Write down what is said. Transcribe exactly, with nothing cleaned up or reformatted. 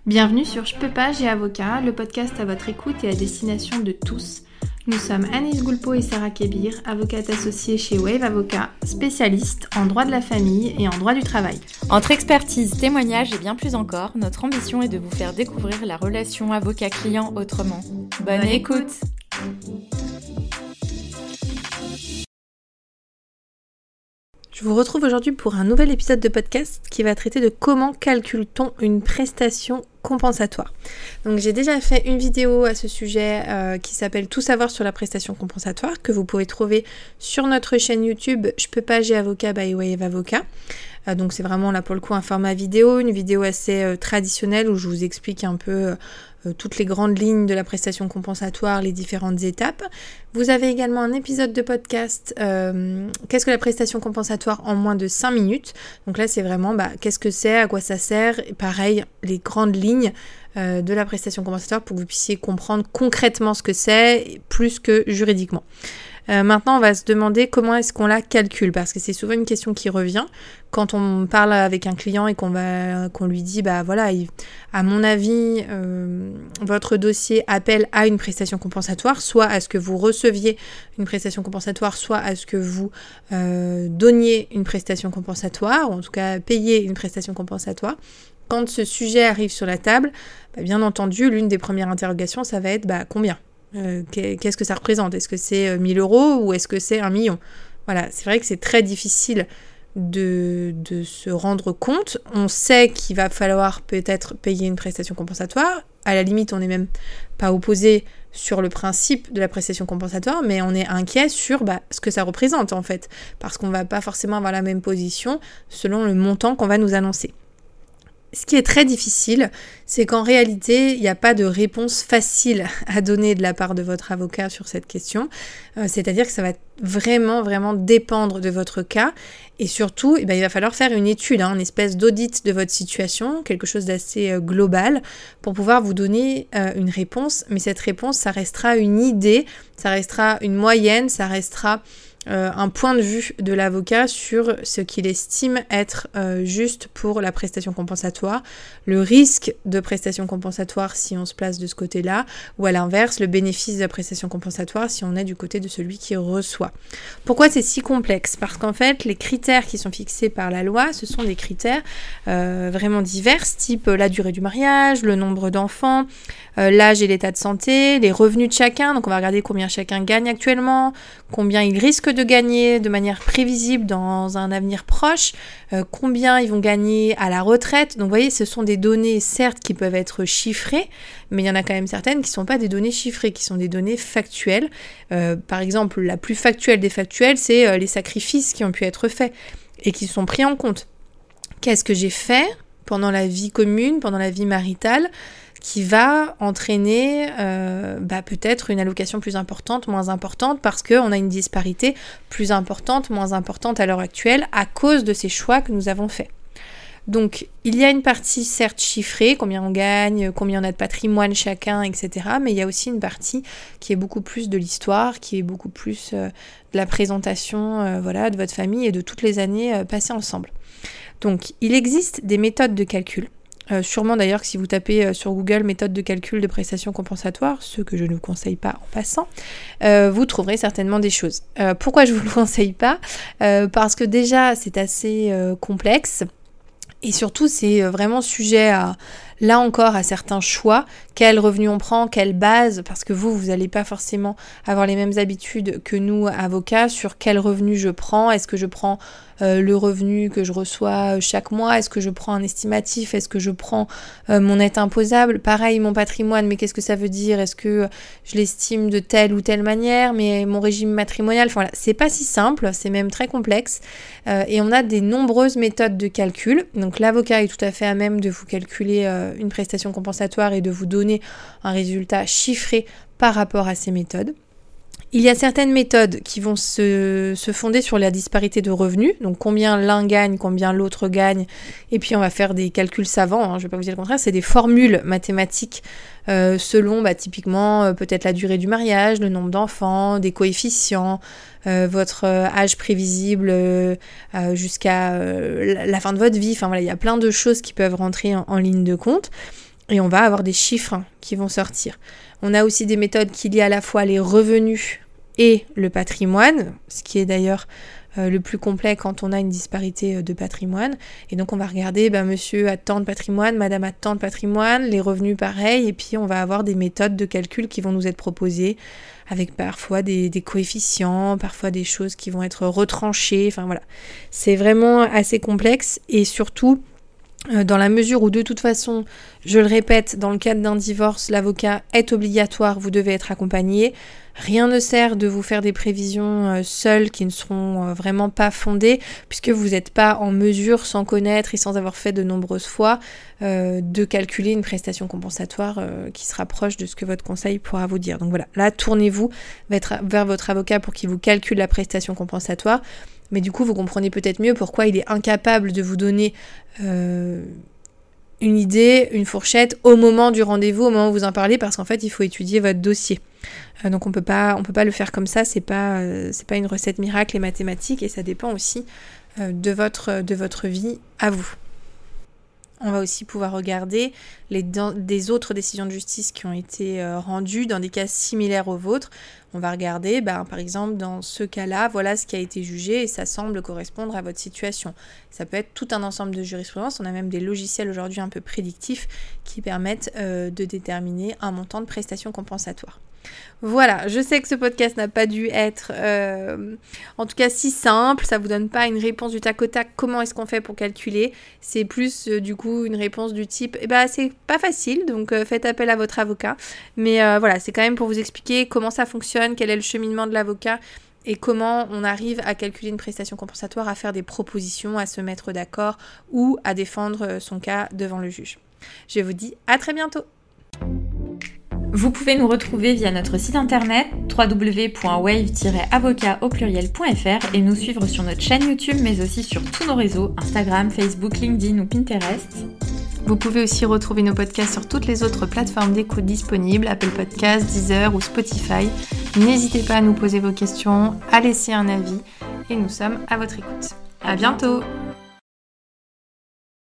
Bienvenue sur Je peux pas, j'ai avocat, le podcast à votre écoute et à destination de tous. Nous sommes Anis Goulpeau et Sarah Kébir, avocates associées chez Wave Avocat, spécialistes en droit de la famille et en droit du travail. Entre expertise, témoignages et bien plus encore, notre ambition est de vous faire découvrir la relation avocat-client autrement. Bonne, Bonne écoute, écoute. Je vous retrouve aujourd'hui pour un nouvel épisode de podcast qui va traiter de comment calcule-t-on une prestation compensatoire. Donc j'ai déjà fait une vidéo à ce sujet euh, qui s'appelle Tout savoir sur la prestation compensatoire que vous pouvez trouver sur notre chaîne YouTube Je peux pas, j'ai avocat by Wave Avocat. Euh, donc c'est vraiment là pour le coup un format vidéo, une vidéo assez euh, traditionnelle où je vous explique un peu euh, euh, toutes les grandes lignes de la prestation compensatoire, les différentes étapes. Vous avez également un épisode de podcast euh, Qu'est-ce que la prestation compensatoire en moins de cinq minutes. Donc là c'est vraiment bah, qu'est-ce que c'est, à quoi ça sert, et pareil les grandes lignes euh, de la prestation compensatoire pour que vous puissiez comprendre concrètement ce que c'est, plus que juridiquement. Euh, maintenant, on va se demander comment est-ce qu'on la calcule, parce que c'est souvent une question qui revient quand on parle avec un client et qu'on va, qu'on lui dit, bah voilà, il, à mon avis, euh, votre dossier appelle à une prestation compensatoire, soit à ce que vous receviez une prestation compensatoire, soit à ce que vous euh, donniez une prestation compensatoire, ou en tout cas payiez une prestation compensatoire. Quand ce sujet arrive sur la table, bah, bien entendu, l'une des premières interrogations, ça va être bah, combien ? Euh, qu'est-ce que ça représente ? Est-ce que c'est mille euros ou est-ce que c'est un million ? Voilà, c'est vrai que c'est très difficile de, de se rendre compte. On sait qu'il va falloir peut-être payer une prestation compensatoire. À la limite, on n'est même pas opposé sur le principe de la prestation compensatoire, mais on est inquiet sur bah, ce que ça représente en fait, parce qu'on ne va pas forcément avoir la même position selon le montant qu'on va nous annoncer. Ce qui est très difficile, c'est qu'en réalité, il n'y a pas de réponse facile à donner de la part de votre avocat sur cette question. Euh, c'est-à-dire que ça va vraiment, vraiment dépendre de votre cas. Et surtout, eh ben, il va falloir faire une étude, hein, une espèce d'audit de votre situation, quelque chose d'assez euh, global, pour pouvoir vous donner euh, une réponse. Mais cette réponse, ça restera une idée, ça restera une moyenne, ça restera... Euh, un point de vue de l'avocat sur ce qu'il estime être euh, juste pour la prestation compensatoire, le risque de prestation compensatoire si on se place de ce côté-là, ou à l'inverse, le bénéfice de la prestation compensatoire si on est du côté de celui qui reçoit. Pourquoi c'est si complexe ? Parce qu'en fait, les critères qui sont fixés par la loi, ce sont des critères euh, vraiment divers, type la durée du mariage, le nombre d'enfants, euh, l'âge et l'état de santé, les revenus de chacun, donc on va regarder combien chacun gagne actuellement, combien il risque de gagner de manière prévisible dans un avenir proche, euh, combien ils vont gagner à la retraite. Donc vous voyez, ce sont des données certes qui peuvent être chiffrées, mais il y en a quand même certaines qui ne sont pas des données chiffrées, qui sont des données factuelles. Euh, par exemple, la plus factuelle des factuelles, c'est euh, les sacrifices qui ont pu être faits et qui sont pris en compte. Qu'est-ce que j'ai fait pendant la vie commune, pendant la vie maritale, qui va entraîner euh, bah, peut-être une allocation plus importante, moins importante, parce qu'on a une disparité plus importante, moins importante à l'heure actuelle, à cause de ces choix que nous avons faits. Donc, il y a une partie certes chiffrée, combien on gagne, combien on a de patrimoine chacun, et cetera. Mais il y a aussi une partie qui est beaucoup plus de l'histoire, qui est beaucoup plus euh, de la présentation euh, voilà, de votre famille et de toutes les années euh, passées ensemble. Donc, il existe des méthodes de calcul. Euh, sûrement d'ailleurs que si vous tapez euh, sur Google méthode de calcul de prestation compensatoire, ce que je ne vous conseille pas en passant, euh, vous trouverez certainement des choses. Euh, pourquoi je ne vous le conseille pas ? euh, Parce que déjà c'est assez euh, complexe et surtout c'est vraiment sujet à, là encore, à certains choix. Quel revenu on prend, quelle base, parce que vous, vous n'allez pas forcément avoir les mêmes habitudes que nous, avocats, sur quel revenu je prends. Est-ce que je prends euh, le revenu que je reçois chaque mois ? Est-ce que je prends un estimatif ? Est-ce que je prends euh, mon net imposable ? Pareil, mon patrimoine, mais qu'est-ce que ça veut dire ? Est-ce que je l'estime de telle ou telle manière ? Mais mon régime matrimonial, enfin voilà, c'est pas si simple, c'est même très complexe. Euh, et on a des nombreuses méthodes de calcul. Donc l'avocat est tout à fait à même de vous calculer euh, une prestation compensatoire et de vous donner un résultat chiffré par rapport à ces méthodes. Il y a certaines méthodes qui vont se, se fonder sur la disparité de revenus, donc combien l'un gagne, combien l'autre gagne, et puis on va faire des calculs savants, hein, je ne vais pas vous dire le contraire, c'est des formules mathématiques euh, selon bah, typiquement euh, peut-être la durée du mariage, le nombre d'enfants, des coefficients, euh, votre euh, âge prévisible euh, euh, jusqu'à euh, la fin de votre vie, enfin voilà, il y a plein de choses qui peuvent rentrer en, en ligne de compte. et on va avoir des chiffres qui vont sortir. On a aussi des méthodes qui lient à la fois les revenus et le patrimoine, ce qui est d'ailleurs euh, le plus complet quand on a une disparité de patrimoine. Et donc on va regarder, ben, monsieur a tant de patrimoine, madame a tant de patrimoine, les revenus pareil, et puis on va avoir des méthodes de calcul qui vont nous être proposées, avec parfois des, des coefficients, parfois des choses qui vont être retranchées, enfin voilà. C'est vraiment assez complexe, et surtout, euh, dans la mesure où de toute façon, je le répète, dans le cadre d'un divorce, l'avocat est obligatoire, vous devez être accompagné. Rien ne sert de vous faire des prévisions euh, seules qui ne seront euh, vraiment pas fondées, puisque vous n'êtes pas en mesure, sans connaître et sans avoir fait de nombreuses fois, euh, de calculer une prestation compensatoire euh, qui se rapproche de ce que votre conseil pourra vous dire. Donc voilà, là, tournez-vous vers votre avocat pour qu'il vous calcule la prestation compensatoire. Mais du coup, vous comprenez peut-être mieux pourquoi il est incapable de vous donner euh, une idée, une fourchette au moment du rendez-vous, au moment où vous en parlez, parce qu'en fait, il faut étudier votre dossier. Euh, donc on peut pas, on peut pas le faire comme ça, c'est pas, euh, c'est pas une recette miracle et mathématique, et ça dépend aussi euh, de votre, de votre vie à vous. On va aussi pouvoir regarder les dans, des autres décisions de justice qui ont été euh, rendues dans des cas similaires aux vôtres. On va regarder, bah, par exemple, dans ce cas-là, voilà ce qui a été jugé et ça semble correspondre à votre situation. Ça peut être tout un ensemble de jurisprudence. On a même des logiciels aujourd'hui un peu prédictifs qui permettent euh, de déterminer un montant de prestation compensatoire. Voilà, je sais que ce podcast n'a pas dû être euh, en tout cas si simple, ça vous donne pas une réponse du tac au tac, comment est-ce qu'on fait pour calculer, c'est plus euh, du coup une réponse du type, eh ben c'est pas facile, donc euh, faites appel à votre avocat, mais euh, voilà, c'est quand même pour vous expliquer comment ça fonctionne, quel est le cheminement de l'avocat, et comment on arrive à calculer une prestation compensatoire, à faire des propositions, à se mettre d'accord, ou à défendre son cas devant le juge. Je vous dis à très bientôt. Vous pouvez nous retrouver via notre site internet w w w point wave tiret avocat au pluriel point f r et nous suivre sur notre chaîne YouTube, mais aussi sur tous nos réseaux, Instagram, Facebook, LinkedIn ou Pinterest. Vous pouvez aussi retrouver nos podcasts sur toutes les autres plateformes d'écoute disponibles, Apple Podcasts, Deezer ou Spotify. N'hésitez pas à nous poser vos questions, à laisser un avis, et nous sommes à votre écoute. À bientôt!